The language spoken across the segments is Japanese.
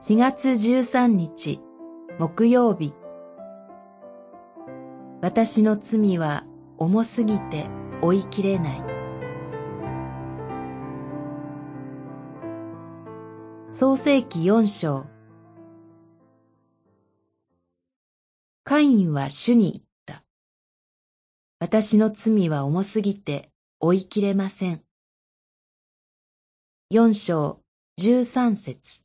4月13日木曜日。私の罪は重すぎて追いきれない。創世記4章。カインは主に言った。私の罪は重すぎて追いきれません。4章13節。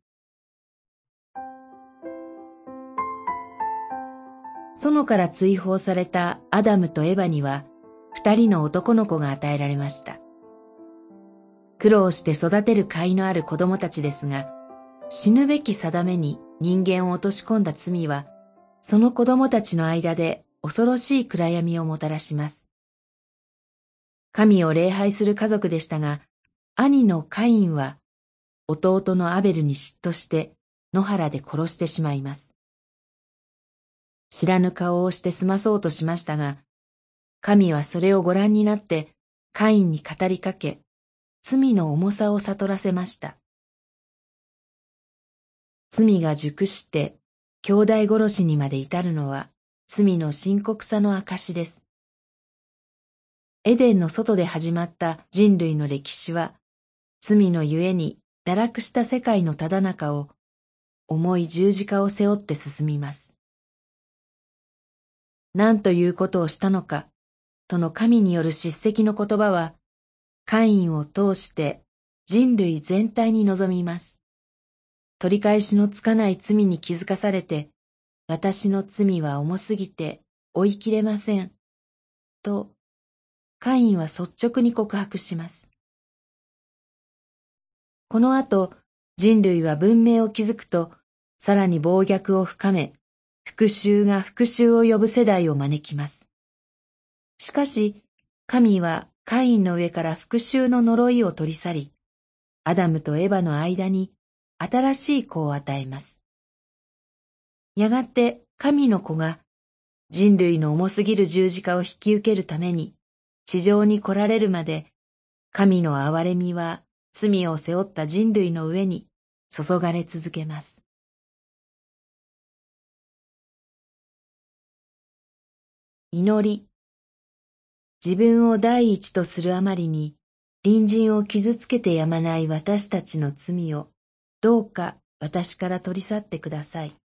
園から追放されたアダムとエバには2人の男の子が与えられました。苦労して育てる甲斐のある子供たちですが、死ぬべき定めに人間を落とし込んだ罪は、その子供たちの間で恐ろしい暗闇をもたらします。神を礼拝する家族でしたが、兄のカインは弟のアベルに嫉妬して野原で殺してしまいます。知らぬ顔をして済まそうとしましたが、神はそれをご覧になってカインに語りかけ、罪の重さを悟らせました。罪が熟して兄弟殺しにまで至るのは罪の深刻さの証です。エデンの外で始まった人類の歴史は、罪のゆえに堕落した世界のただ中を重い十字架を背負って進みます。何ということをしたのか、との神による叱責の言葉は、カインを通して人類全体に臨みます。取り返しのつかない罪に気づかされて、私の罪は重すぎて追いきれません。と、カインは率直に告白します。この後、人類は文明を築くと、さらに暴虐を深め、復讐が復讐を呼ぶ世代を招きます。しかし、神はカインの上から復讐の呪いを取り去り、アダムとエバの間に新しい子を与えます。やがて神の子が人類の重すぎる十字架を引き受けるために地上に来られるまで、神の憐れみは罪を背負った人類の上に注がれ続けます。祈り。自分を第一とするあまりに、隣人を傷つけてやまない私たちの罪を、どうか私から取り去ってください。